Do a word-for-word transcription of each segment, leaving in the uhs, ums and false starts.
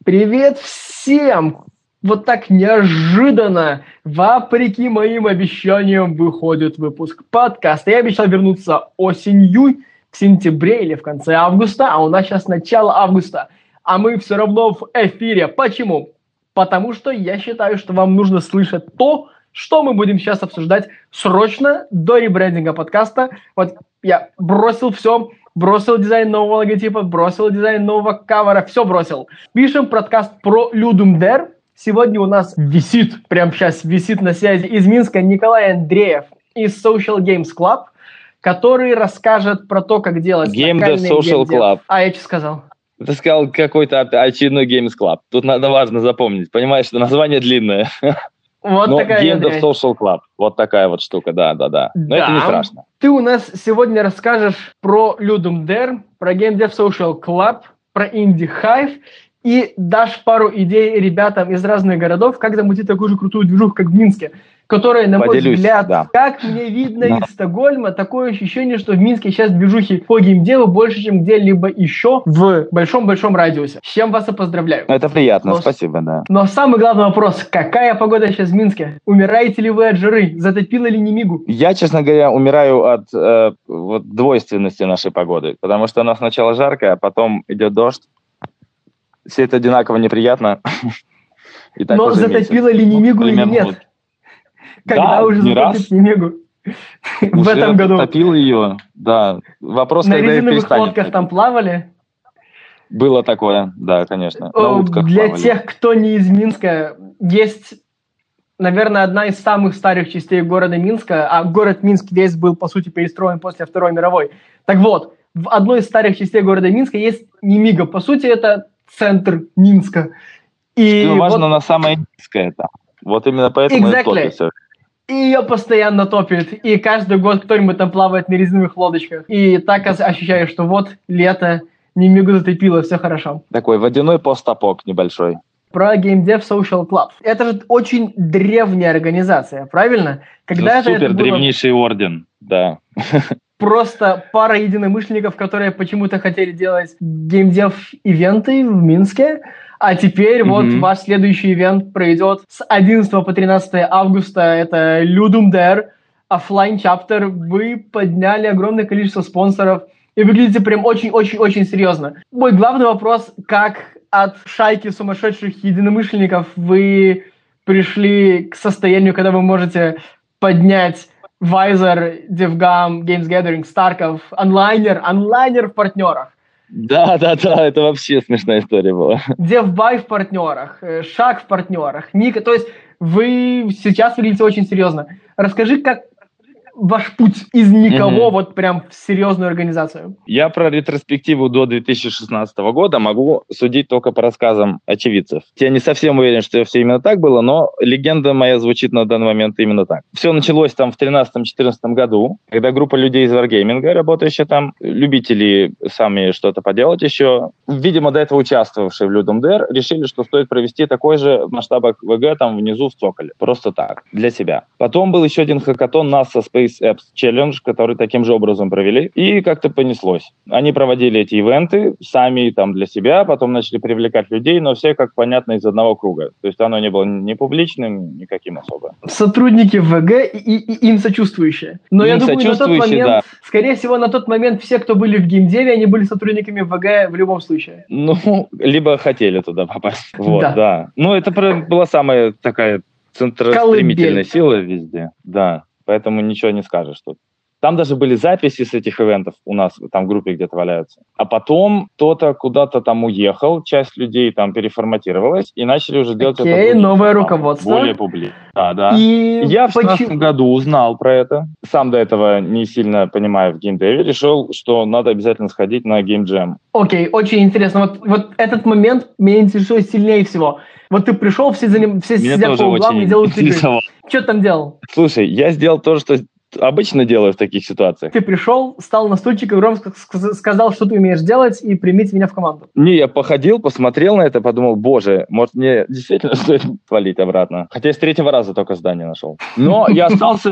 Привет всем! Вот так неожиданно, вопреки моим обещаниям, выходит выпуск подкаста. Я обещал вернуться осенью, в сентябре или в конце августа, а у нас сейчас начало августа. А мы все равно в эфире. Почему? Потому что я считаю, что вам нужно слышать то, что мы будем сейчас обсуждать срочно до ребрендинга подкаста. Вот я бросил все, бросил дизайн нового логотипа, бросил дизайн нового кавера, все бросил. Пишем подкаст про Ludum Dare. Сегодня у нас висит, прямо сейчас висит на связи из Минска Николай Андреев из Social Games Club, который расскажет про то, как делать Game Dev Social Club. А я что сказал? Ты сказал какой-то очередной Games Club. Тут надо важно запомнить. Понимаешь, что название длинное. Вот Но такая Game Dev Social Club. Вот такая вот штука, да, да, да. Но да. это не страшно. Ты у нас сегодня расскажешь про Ludum Dare, про Game Dev Social Club, про Indie Hive и дашь пару идей ребятам из разных городов, как замутить такую же крутую движуху, как в Минске, которая, на Поделюсь, мой взгляд, да. как мне видно Да. из Стокгольма, такое ощущение, что в Минске сейчас движухи по геймдеву больше, чем где-либо еще в большом-большом радиусе. С чем вас и поздравляю. Это приятно, Но, спасибо, да. Но самый главный вопрос, какая погода сейчас в Минске? Умираете ли вы от жары? Затопило ли Немигу? Я, честно говоря, умираю от э, вот, двойственности нашей погоды, потому что она сначала жаркая, а потом идет дождь. Все это одинаково неприятно. И так Но уже затопило месяц. ли Немигу Ну, или примерно нет? вот. Когда Да, уже не затопит раз. Немигу? В Уже этом году. топил ее, да. Вопрос, На когда резиновых перестанет лодках топить. там плавали? Было такое, да, конечно. На О, утках Для плавали. тех, кто не из Минска, есть, наверное, одна из самых старых частей города Минска, а город Минск весь был, по сути, перестроен после Второй мировой. Так вот, в одной из старых частей города Минска есть Немига. По сути, это центр Минска. И Что важно, вот- на самое низкое там. Вот именно поэтому Exactly. и топится. И ее постоянно топит. И каждый год кто-нибудь там плавает на резиновых лодочках. И так ос- ощущаешь, что вот лето, Немигу затопило, все хорошо. Такой водяной постапок небольшой. Про Game Dev Social Club. Это же очень древняя организация, правильно? Когда-то это Супер было древнейший орден, да. просто пара единомышленников, которые почему-то хотели делать геймдев-ивенты в Минске, а теперь вот Мгм. ваш следующий ивент пройдет с одиннадцатого по тринадцатое августа. Это Ludum Dare, оффлайн чаптер. Вы подняли огромное количество спонсоров и выглядите прям очень-очень-очень серьезно. Мой главный вопрос, как от шайки сумасшедших единомышленников вы пришли к состоянию, когда вы можете поднять Вайзер, DevGam, Games Gathering, Старков, онлайнер, онлайнер в партнерах, Да, да, да, это вообще смешная история была. DevBuy в партнерах, э, Шаг в партнерах, Ника. То есть вы сейчас выглядите очень серьезно. Расскажи, как ваш путь из никого Мгм. вот прям в серьезную организацию. Я про ретроспективу до две тысячи шестнадцатого года могу судить только по рассказам очевидцев. Я не совсем уверен, что все именно так было, но легенда моя звучит на данный момент именно так. Все началось там в тринадцатом-четырнадцатом году, когда группа людей из Wargaming, работающая там, любители сами что-то поделать еще, видимо, до этого участвовавшие в Ludum Dare, решили, что стоит провести такой же в масштабах ВГ там внизу в Цоколе. Просто так, для себя. Потом был еще один хакатон NASA Space Apps Challenge, который таким же образом провели, и как-то понеслось. Они проводили эти ивенты сами там для себя, потом начали привлекать людей, но все, как понятно, из одного круга. То есть оно не было ни публичным, никаким особо. Сотрудники ВГ и, и- и им сочувствующие. Но я Им думаю, на тот сочувствующие, момент, да. скорее всего, на тот момент все, кто были в геймдеве, они были сотрудниками ВГ в любом случае. Ну, либо хотели туда попасть. Вот, Да. да. Ну, это про- была самая такая центростремительная Колыбель. сила везде. Да, поэтому ничего не скажешь тут. Там даже были записи с этих ивентов у нас, там в группе где-то валяются. А потом кто-то куда-то там уехал, часть людей там переформатировалась, и начали уже делать Окей, это другим новое составом, руководство. более публично. Да, да. И Я в почему- шестнадцатом году узнал про это. Сам до этого не сильно понимаю в геймдеве. Решил, что надо обязательно сходить на геймджем. Окей, очень интересно. Вот, вот этот момент меня интересует сильнее всего. Вот ты пришел, все, за ним, все Меня сидят тоже по углам и очень делают игры. интересовало. Что ты там делал? Слушай, я сделал то, что обычно делаю в таких ситуациях. Ты пришел, встал на стульчик и громко ск- сказал, что ты умеешь делать, и примите меня в команду. Не, я походил, посмотрел на это, подумал, боже, может мне действительно стоит валить обратно. Хотя я с третьего раза только здание нашел. Но я остался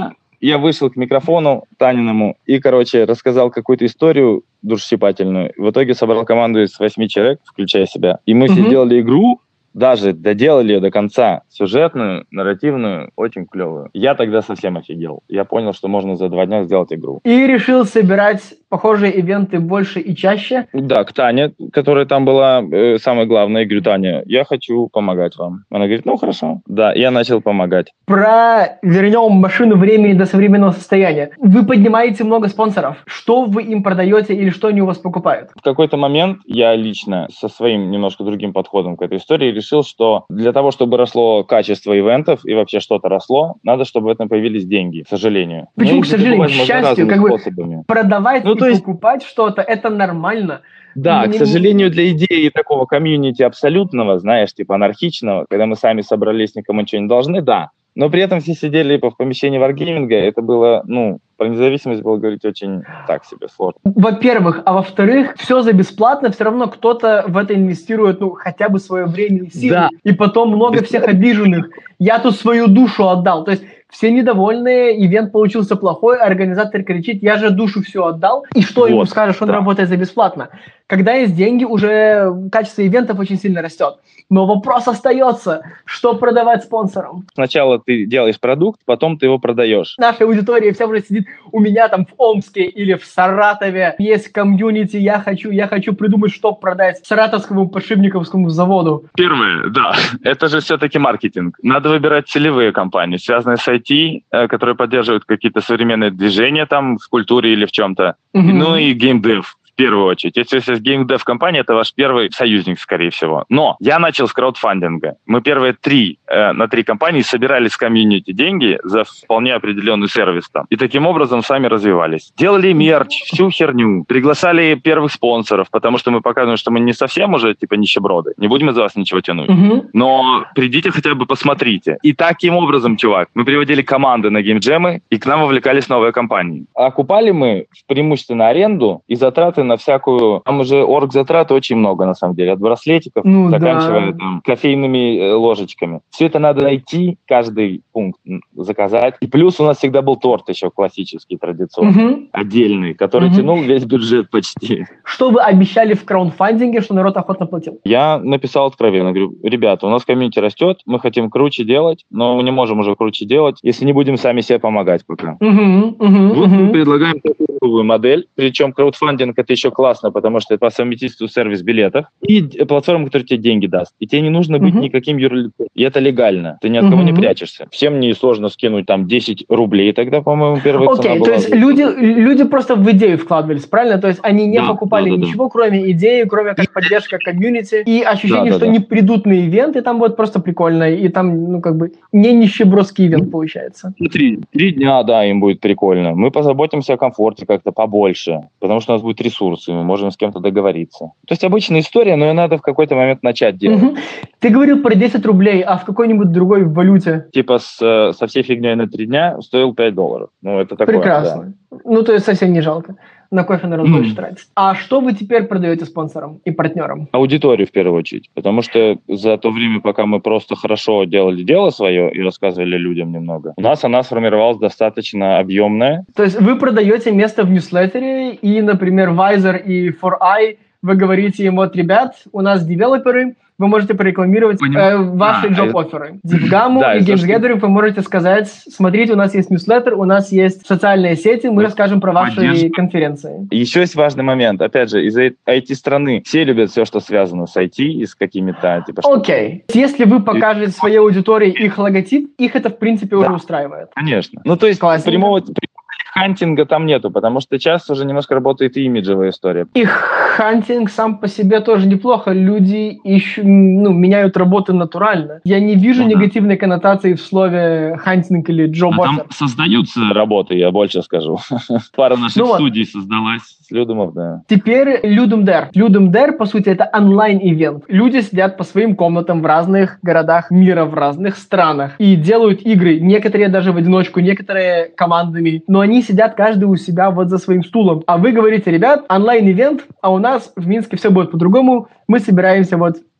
я вышел к микрофону Таниному и, короче, рассказал какую-то историю душесчипательную. В итоге собрал команду из восьми человек, включая себя. И мы mm-hmm. все сделали игру, даже доделали ее до конца, сюжетную, нарративную, очень клевую. Я тогда совсем офигел. Я понял, что можно за два дня сделать игру. И решил собирать похожие ивенты больше и чаще? Да, к Тане, которая там была э, самая главная. Я говорю: Таня, я хочу помогать вам. Она говорит: ну хорошо. Да, я начал помогать. Про вернем машину времени до современного состояния. Вы поднимаете много спонсоров. Что вы им продаете или что они у вас покупают? В какой-то момент я лично со своим немножко другим подходом к этой истории решил, что для того, чтобы росло качество ивентов и вообще что-то росло, надо, чтобы в этом появились деньги, к сожалению. Почему, к сожалению? К счастью, как бы продавать ну, и есть... покупать что-то, это нормально. Да, не... к сожалению, для идеи такого комьюнити абсолютного, знаешь, типа анархичного, когда мы сами собрались, никому ничего не должны, да. Но при этом все сидели в помещении варгейминга, это было, ну, про независимость было говорить очень так себе сложно. Во-первых, а во-вторых, все за бесплатно, все равно кто-то в это инвестирует, ну, хотя бы свое время и силы. Да. И потом много всех обиженных. Я тут свою душу отдал. То есть все недовольные, ивент получился плохой, организатор кричит: я же душу все отдал. И что вот, ему скажешь, он да. работает за бесплатно? Когда есть деньги, уже качество ивентов очень сильно растет. Но вопрос остается, что продавать спонсорам? Сначала ты делаешь продукт, потом ты его продаешь. Наша аудитория вся уже сидит у меня там в Омске или в Саратове. Есть комьюнити, я хочу, я хочу придумать, что продать Саратовскому подшипниковскому заводу. Первое, да, это же все-таки маркетинг. Надо выбирать целевые компании, связанные с ай ти, которые поддерживают какие-то современные движения там в культуре или в чем-то. Mm-hmm. Ну и геймдев. В первую очередь. Если есть геймдев-компания, это ваш первый союзник, скорее всего. Но я начал с краудфандинга. Мы первые три, э, на три компании собирали с комьюнити деньги за вполне определенный сервис там. И таким образом сами развивались. Делали мерч, всю херню. Приглашали первых спонсоров, потому что мы показываем, что мы не совсем уже типа нищеброды. Не будем из вас ничего тянуть. Угу. Но придите хотя бы посмотрите. И таким образом, чувак, мы приводили команды на геймджемы, и к нам вовлекались новые компании. А окупали мы преимущественно аренду и затраты на всякую... Там уже орг-затрат очень много, на самом деле. От браслетиков, ну, заканчивая да. там, кофейными э, ложечками. Все это надо найти, каждый пункт заказать. И плюс у нас всегда был торт еще классический, традиционный, угу. отдельный, который угу. тянул весь бюджет почти. Что вы обещали в краудфандинге, что народ охотно платил? Я написал откровенно. Говорю: ребята, у нас комьюнити растет, мы хотим круче делать, но мы не можем уже круче делать, если не будем сами себе помогать пока. Угу, угу, вот угу. мы предлагаем такую новую модель. Причем краудфандинг — это еще классно, потому что это по совместительству сервис билетов и платформа, которая тебе деньги даст. И тебе не нужно быть uh-huh. никаким юрлицом. И это легально. Ты ни от uh-huh. кого не прячешься. Всем не сложно скинуть там десять рублей тогда, по-моему, первая okay, цена была. Окей, то есть люди, люди просто в идею вкладывались, правильно? То есть они не да, покупали да, да, ничего, да. кроме идеи, кроме как поддержка комьюнити и ощущение, да, да, что да. не придут на ивент, и там будет просто прикольно. И там, ну, как бы, не нищебродский ивент получается. Три, три дня, да, им будет прикольно. Мы позаботимся о комфорте как-то побольше, потому что у нас будет ресурсы, мы можем с кем-то договориться. То есть обычная история, но ее надо в какой-то момент начать делать. Угу. Ты говорил про десять рублей, а в какой-нибудь другой валюте? Типа с, со всей фигней на три дня стоил пять долларов. Ну, это такое. Прекрасно. Да. Ну, то есть совсем не жалко. На кофе народ mm. больше тратит. А что вы теперь продаете спонсорам и партнерам? Аудиторию, в первую очередь. Потому что за то время, пока мы просто хорошо делали дело свое и рассказывали людям немного, у нас она сформировалась достаточно объемная. То есть вы продаете место в ньюслеттере, и, например, Visor и фор ай, вы говорите им: вот, ребят, у нас девелоперы, вы можете порекламировать э, ваши а, джоб-офферы. Дипгамму да, и Games Gathering вы можете сказать: смотрите, у нас есть ньюслеттер, у нас есть социальные сети, мы расскажем про ваши Поддержка. конференции. Еще есть важный момент. Опять же, из ай ти-страны все любят все, что связано с ай ти и с какими-то... Типа, Окей. Okay. Если вы покажете своей аудитории их логотип, их это, в принципе, уже да. устраивает. Конечно. Ну, то есть Классненько. прямого... хантинга там нету, потому что сейчас уже немножко работает и имиджевая история. И хантинг сам по себе тоже неплохо. Люди ищут, ну, меняют работы натурально. Я не вижу ну, негативной да. коннотации в слове хантинг или джоб-оффер. Там создаются работы, я больше скажу. Пара наших ну, студий вот. создалась с Людумов, да. Теперь Людумдер. Людумдер, по сути, это онлайн-ивент. Люди сидят по своим комнатам в разных городах мира, в разных странах и делают игры. Некоторые даже в одиночку, некоторые командами. Но они сидят каждый у себя вот за своим стулом. А вы говорите: ребят, онлайн-ивент, а у нас в Минске все будет по-другому. Мы собираемся вот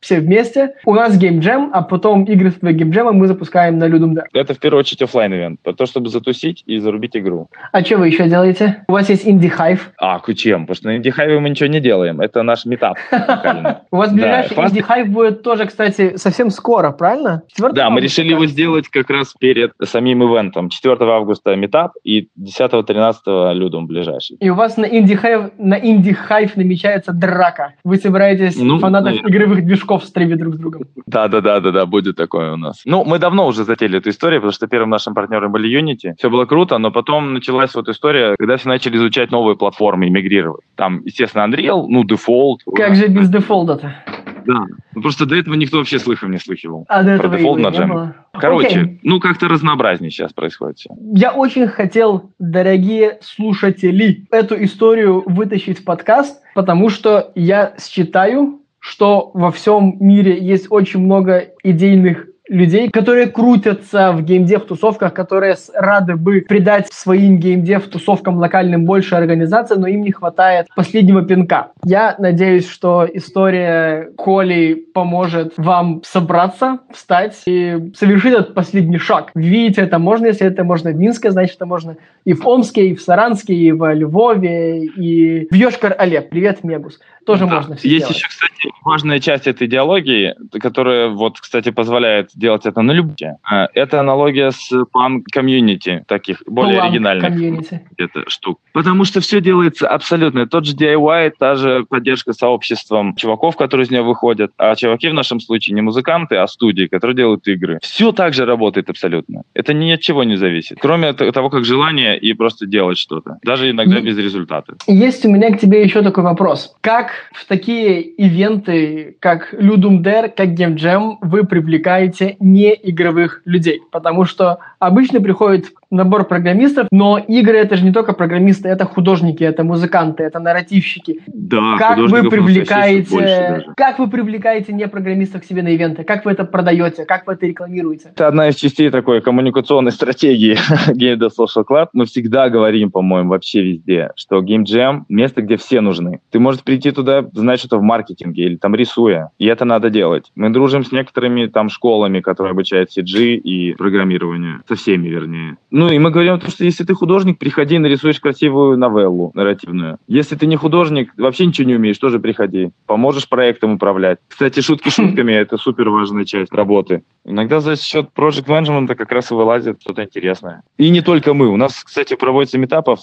все вместе. У нас геймджем, а потом игры с геймджемом мы запускаем на Ludum Dare. Это в первую очередь оффлайн-ивент, про то, чтобы затусить и зарубить игру. А что вы еще делаете? У вас есть Indie Hive? А, кучем, потому что на Indie Hive мы ничего не делаем, это наш митап. У вас ближайший Indie Hive будет тоже, кстати, совсем скоро, правильно? Да, мы решили его сделать как раз перед самим ивентом. четвёртого августа митап и десятого-тринадцатого Ludum ближайший. И у вас на Indie Hive, на Indie Hive намечается драка. Вы собираетесь ну, фанатов наверное. игровых движков стримить друг с другом. Да-да-да, будет такое у нас. Ну, мы давно уже затеяли эту историю, потому что первым нашим партнером были Unity. Все было круто, но потом началась вот история, когда все начали изучать новые платформы и мигрировать. Там, естественно, Unreal, ну, Default. Как ура. же без дефолта-то? Да, просто до этого никто вообще слыхом не слыхивал. А до этого Default на Jam. Короче, okay. ну как-то разнообразнее сейчас происходит все. Я очень хотел, дорогие слушатели, эту историю вытащить в подкаст, потому что я считаю, что во всем мире есть очень много идейных людей, которые крутятся в геймдев-тусовках, которые рады бы придать своим геймдев-тусовкам локальным больше организаций, но им не хватает последнего пинка. Я надеюсь, что история Коли поможет вам собраться, встать и совершить этот последний шаг. Видите, это можно, если это можно в Минске, значит, это можно и в Омске, и в Саранске, и во Львове, и в Йошкар-Оле. Привет, Мегус. Тоже да. можно все Есть сделать. еще, кстати, важная часть этой идеологии, которая, вот, кстати, позволяет делать это на любви. Это аналогия с панк-комьюнити, таких более Панк оригинальных где-то штук. Потому что все делается абсолютно. Тот же ди ай вай, та же поддержка сообществом чуваков, которые из нее выходят. А чуваки в нашем случае не музыканты, а студии, которые делают игры. Все так же работает абсолютно. Это ни от чего не зависит. Кроме того, как желание и просто делать что-то. Даже иногда без результата. Есть у меня к тебе еще такой вопрос. Как в такие ивенты, как Ludum Dare, как Game Jam, вы привлекаете неигровых людей? Потому что обычно приходит набор программистов, но игры — это же не только программисты, это художники, это музыканты, это нарративщики. Да, как вы привлекаете, как вы привлекаете непрограммистов к себе на ивенты? Как вы это продаете? Как вы это рекламируете? Это одна из частей такой коммуникационной стратегии Game Dev Social Club. Мы всегда говорим, по-моему, вообще везде, что Game Jam — место, где все нужны. Ты можешь прийти туда, знать что-то в маркетинге или там рисуя, и это надо делать. Мы дружим с некоторыми там школами, которые обучают си джи и программированию. Со всеми, вернее. Ну и мы говорим о том, что если ты художник, приходи, нарисуешь красивую новеллу нарративную. Если ты не художник, вообще ничего не умеешь, тоже приходи. Поможешь проектом управлять. Кстати, шутки шутками — это супер важная часть работы. Иногда за счет project management как раз и вылазит что-то интересное. И не только мы. У нас, кстати, проводится митапов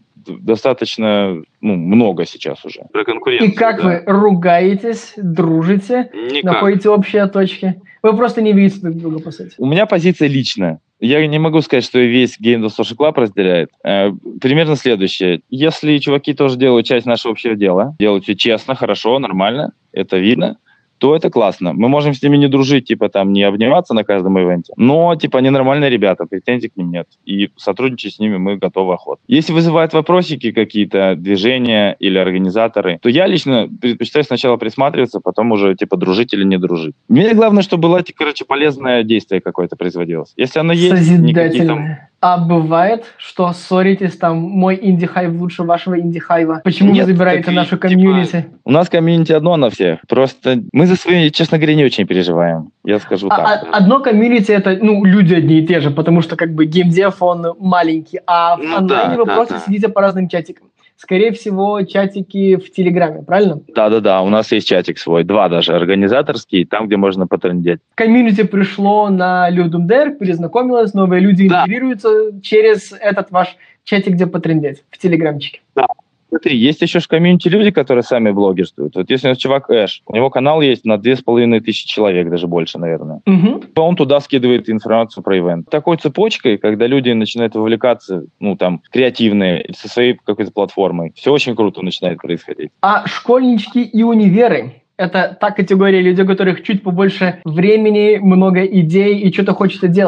достаточно ну, много сейчас уже. Про конкуренцию. И как да. вы ругаетесь, дружите, Никак. находите общие точки? Вы просто не видите друг друга, по сути. У меня позиция личная. Я не могу сказать, что весь Game Dev Social Club разделяет. Э, примерно следующее. Если чуваки тоже делают часть нашего общего дела, делают все честно, хорошо, нормально, это видно, то это классно. Мы можем с ними не дружить, типа там не обниматься на каждом ивенте, но типа они нормальные ребята, претензий к ним нет. И сотрудничать с ними мы готовы охотно. Если вызывают вопросики какие-то, движения или организаторы, то я лично предпочитаю сначала присматриваться, потом уже типа дружить или не дружить. Мне главное, чтобы было, короче, полезное действие какое-то производилось. Если оно есть, никакие там... А бывает, что ссоритесь, там, мой инди-хайв лучше вашего инди-хайва? Почему Нет, вы забираете так, нашу комьюнити? Типа, у нас комьюнити одно на всех. Просто мы за свои, честно говоря, не очень переживаем. Я скажу а, так. А, одно комьюнити — это, ну, люди одни и те же, потому что, как бы, геймдев, он маленький, а в ну, онлайне да, вы да, просто да. сидите по разным чатикам. Скорее всего, чатики в Телеграме, правильно? Да-да-да, у нас есть чатик свой, два даже, организаторский, там, где можно потрындеть. Комьюнити пришло на Ludum Dare, перезнакомилось, новые люди да. интегрируются через этот ваш чатик, где потрындеть, в Телеграмчике. Да. Смотри, есть еще в комьюнити люди, которые сами блогерствуют. Вот если у нас чувак Эш, у него канал есть на две с половиной тысячи человек, даже больше, наверное. Угу. Он туда скидывает информацию про ивент. Такой цепочкой, когда люди начинают вовлекаться, ну, там, креативные, со своей какой-то платформой, все очень круто начинает происходить. А школьнички и универы? Это та категория людей, у которых чуть побольше времени, много идей и что-то хочется делать.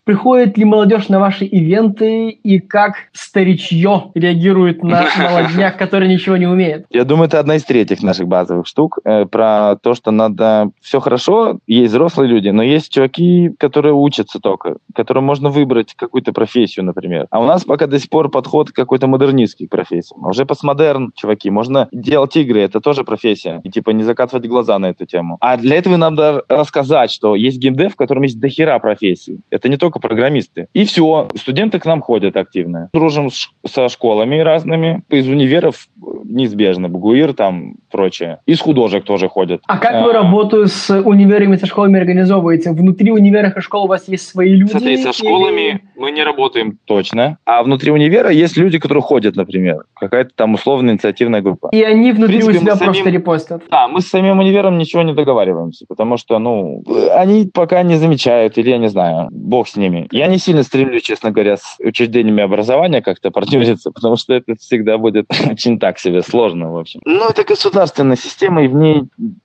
Приходит ли молодежь на ваши ивенты, и как старичье реагирует на молодняк, который ничего не умеет? Я думаю, это одна из третьих наших базовых штук, э, про то, что надо... Все хорошо, есть взрослые люди, но есть чуваки, которые учатся только, которым можно выбрать какую-то профессию, например. А у нас пока до сих пор подход какой-то модернистский к профессиям. А уже постмодерн, чуваки, можно делать игры, это тоже профессия. И типа не закатывать глаза на эту тему. А для этого надо рассказать, что есть геймдев, в котором есть дохера профессий. Это не только программисты. И все, студенты к нам ходят активно. Дружим с, со школами разными, из универов неизбежно, БГУИР там, прочее. Из художек тоже ходят. А как вы работу с универами, со школами организовываете? Внутри универов и школ у вас есть свои люди? Смотри, со школами или... мы не работаем точно. А внутри универа есть люди, которые ходят, например. Какая-то там условная инициативная группа. И они внутри принципе, у себя самим... просто репостят? Да, мы с самим универом ничего не договариваемся, потому что, ну, они пока не замечают, или я не знаю, бог с ними. Я не сильно стремлюсь, честно говоря, с учреждениями образования как-то партнериться, потому что это всегда будет очень так себе сложно, в общем. Ну, это государственная система, и в ней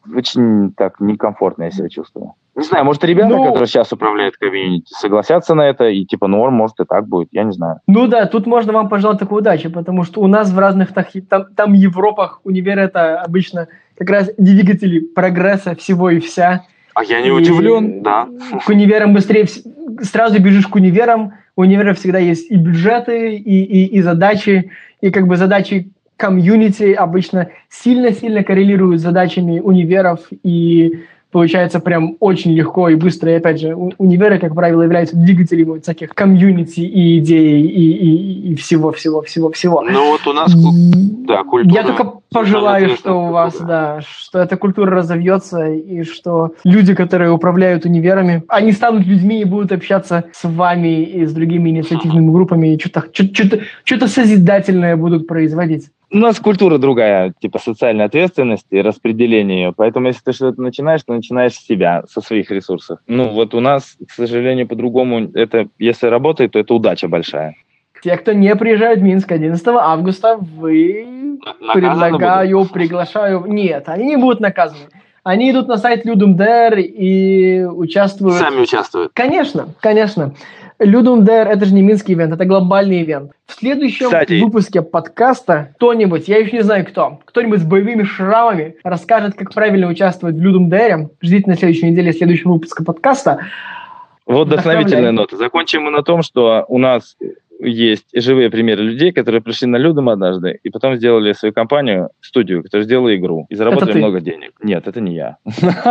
очень так некомфортно я себя чувствую. Не знаю, может, ребята, ну, которые сейчас управляют комьюнити, согласятся на это, и типа норм, может, и так будет, я не знаю. Ну да, тут можно вам пожелать такой удачи, потому что у нас в разных, там, там Европах универ это обычно как раз двигатели прогресса всего и вся. А я не и удивлен, да. К универам быстрее, сразу бежишь к универам, у универов всегда есть и бюджеты, и, и, и задачи, и как бы задачи комьюнити обычно сильно-сильно коррелируют с задачами универов, и получается прям очень легко и быстро. И опять же, универы, как правило, являются двигателями вот всяких комьюнити и идей, и, и, и всего-всего-всего-всего. Ну вот у нас, да, культура... Я только пожелаю, что у вас, да, что эта культура разовьется, и что люди, которые управляют универами, они станут людьми и будут общаться с вами и с другими инициативными группами, и что-то, что-то, что-то созидательное будут производить. У нас культура другая, типа социальной ответственности и распределения ее. Поэтому, если ты что-то начинаешь, то начинаешь с себя, со своих ресурсов. Ну, вот у нас, к сожалению, по-другому, это, если работает, то это удача большая. Те, кто не приезжает в Минск одиннадцатого августа, вы наказаны предлагаю, будут? приглашаю... Нет, они не будут наказаны. Они идут на сайт Людумдэр и участвуют... Сами участвуют. Конечно, конечно. Людумдэр — это же не минский ивент, это глобальный ивент. В следующем Кстати, выпуске подкаста кто-нибудь, я еще не знаю кто, кто-нибудь с боевыми шрамами расскажет, как правильно участвовать в Людумдэре. Ждите на следующей неделе следующего выпуска подкаста. Вот вдохновительная нота. Закончим мы на том, что у нас есть живые примеры людей, которые пришли на Людум однажды и потом сделали свою компанию, студию, которая сделала игру и заработали много денег. Нет, это не я.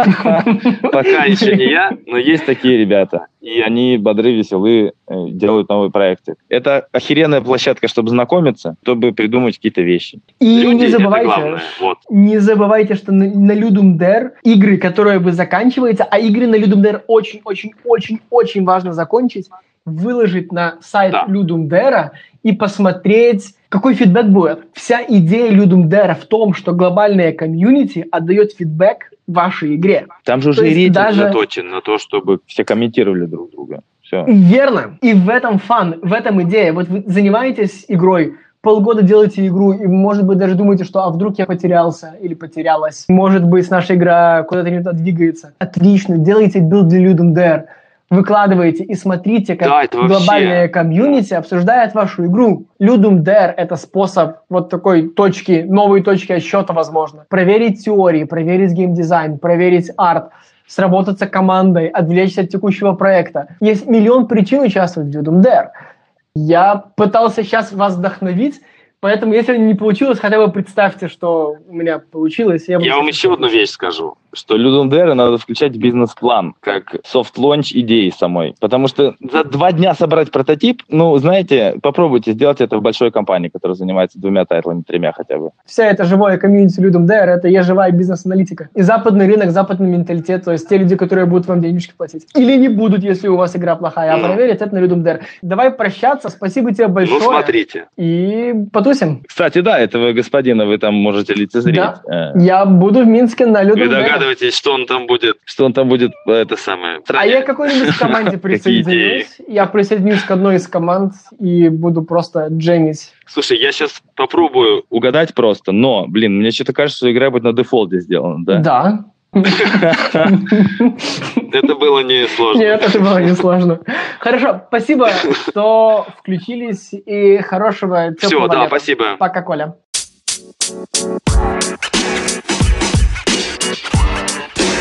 Пока еще не я, но есть такие ребята. И они бодры, веселые, делают новые проекты. Это охеренная площадка, чтобы знакомиться, чтобы придумать какие-то вещи. И не забывайте, не забывайте, что на Людумдэр игры, которые вы заканчиваете, а игры на Людумдэр очень-очень-очень-очень важно закончить, выложить на сайт да. Людумдэра и посмотреть, какой фидбэк будет. Вся идея Людумдэра в том, что глобальная комьюнити отдает фидбэк вашей игре. Там же уже рейтинг даже... заточен на то, чтобы все комментировали друг друга. Все. Верно. И в этом фан, в этом идея. Вот вы занимаетесь игрой, полгода делаете игру, и, может быть, даже думаете, что а вдруг я потерялся или потерялась. Может быть, наша игра куда-то не туда двигается. Отлично. Делайте билд для Людумдэр. Выкладываете и смотрите, как да, глобальная вообще... комьюнити обсуждает вашу игру. Людумдэр — это способ вот такой точки, новой точки отсчета, возможно. Проверить теории, проверить геймдизайн, проверить арт, сработаться командой, отвлечься от текущего проекта. Есть миллион причин участвовать в Людумдэр. Я пытался сейчас вас вдохновить, поэтому, если не получилось, хотя бы представьте, что у меня получилось. Я, я вам еще одну вещь скажу, что Людумдэр надо включать в бизнес-план, как софт-лонч идеи самой. Потому что за два дня собрать прототип, ну, знаете, попробуйте сделать это в большой компании, которая занимается двумя тайтлами, тремя хотя бы. Вся эта живая комьюнити Людумдэр — это я живая бизнес-аналитика. И западный рынок, западный менталитет, то есть те люди, которые будут вам денежки платить. Или не будут, если у вас игра плохая, а mm. проверить это на Людумдэр. Давай прощаться, спасибо тебе большое. Ну, смотрите. И потусим. Кстати, да, этого господина вы там можете лицезреть. Да, а. Я буду в Минске на Людумдэр. Догадываетесь, что он там будет, что он там будет, это самое... А я к какой-нибудь команде присоединюсь. Я присоединюсь к одной из команд и буду просто джемить. Слушай, я сейчас попробую угадать просто, но, блин, мне что-то кажется, что игра будет на дефолте сделана, да? Да. Это было не сложно. Нет, это было не сложно. Хорошо, спасибо, что включились, и хорошего теплого Все, да, лета. спасибо. Пока, Коля.